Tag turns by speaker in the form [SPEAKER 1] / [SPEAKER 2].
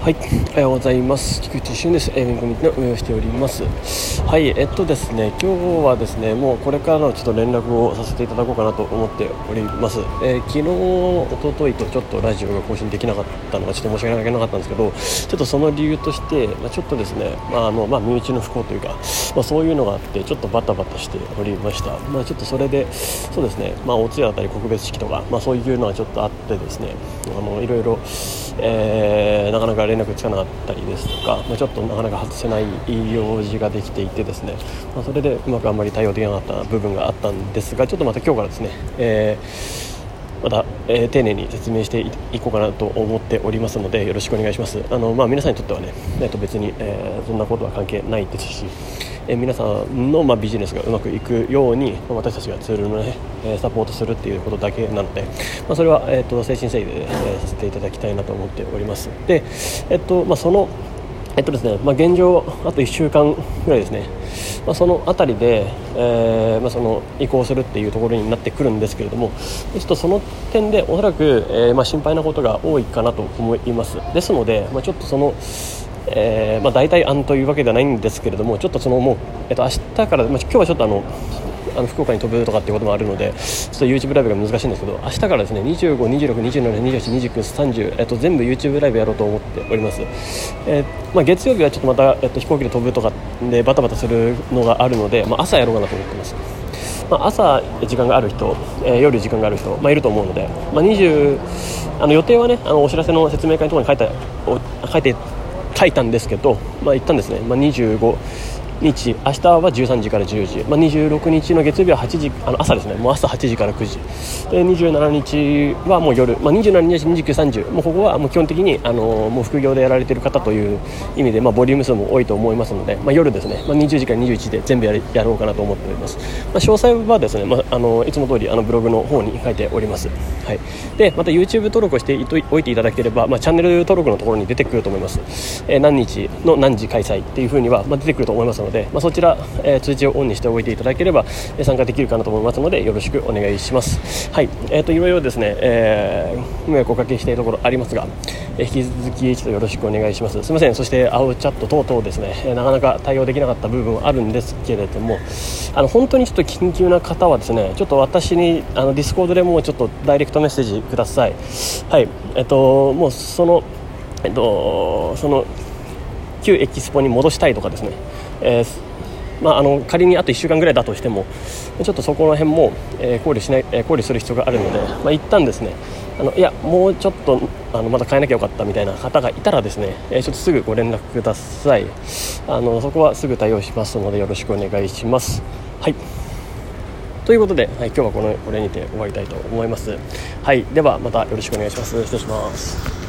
[SPEAKER 1] はい、おはようございます。菊池俊です。弁護ミーの運営をしております。はい、ですね、今日はですね、もうこれからのちょっと連絡をさせていただこうかなと思っております。昨日、一昨日とちょっとラジオが更新できなかったのがちょっと申し訳なかったんですけど、ちょっとその理由として、ちょっとですね、身内の不幸というか、そういうのがあってちょっとバタバタしておりました。ちょっとそれでそうですね、お通夜だったり告別式とか、そういうのはちょっとあってですね、いろいろ、なかなか連絡つかなかったりですとか、ちょっとなかなか外せない用事ができていてですね、それでうまくあんまり対応できなかった部分があったんですが、ちょっとまた今日からですね、また、丁寧に説明していこうかなと思っておりますのでよろしくお願いします。皆さんにとってはね、別に、そんなことは関係ないですし、皆さんの、ビジネスがうまくいくように、私たちがツールの、ね、サポートするっていうことだけなので、それは、誠心誠意で、させていただきたいなと思っております。で、そのですね、現状あと1週間ぐらいですね、そのあたりで、その移行するっていうところになってくるんですけれども、ちょっとその点でおそらく、心配なことが多いかなと思います。ですので、ちょっとその大体というわけではないんですけれども、ちょっとそのもう、明日から、今日はちょっと福岡に飛ぶとかっていうこともあるので、ちょっと YouTube ライブが難しいんですけど、明日からですね、25、26、27、28、29、30、全部 YouTube ライブやろうと思っております。月曜日はちょっとまた、飛行機で飛ぶとかでバタバタするのがあるので、朝やろうかなと思ってます。朝時間がある人、夜時間がある人、いると思うので、予定はね、お知らせの説明会のところに書いたんですけど、一旦ですね、25日、明日は13時から10時、26日の月曜日は8時、朝ですね、もう朝8時から9時で、27日はもう夜、27日、29、30、もうここはもう基本的にもう副業でやられている方という意味で、ボリューム数も多いと思いますので、夜ですね、20時から21時で全部やろうかなと思っております。詳細はですね、いつも通りブログの方に書いております。はい、でまた YouTube 登録をしておいていただければ、チャンネル登録のところに出てくると思います。何日の何時開催っていう風には、出てくると思いますので、そちら、通知をオンにしておいていただければ、参加できるかなと思いますのでよろしくお願いします。はい、いろいろですね、迷惑をおかけしているところありますが、引き続き一度よろしくお願いします。すみません。そして青チャット等々ですね、なかなか対応できなかった部分はあるんですけれども、本当にちょっと緊急な方はですね、ちょっと私にディスコードでもうちょっとダイレクトメッセージください。はい、もうその旧エキスポに戻したいとかですね、仮にあと1週間ぐらいだとしてもちょっとそこら辺も、考慮する必要があるので、一旦ですね、いやもうちょっとまだ変えなきゃよかったみたいな方がいたらですね、ちょっとすぐご連絡ください。そこはすぐ対応しますのでよろしくお願いします。はい、ということで、今日はこれにて終わりたいと思います。はい、ではまたよろしくお願いします。失礼します。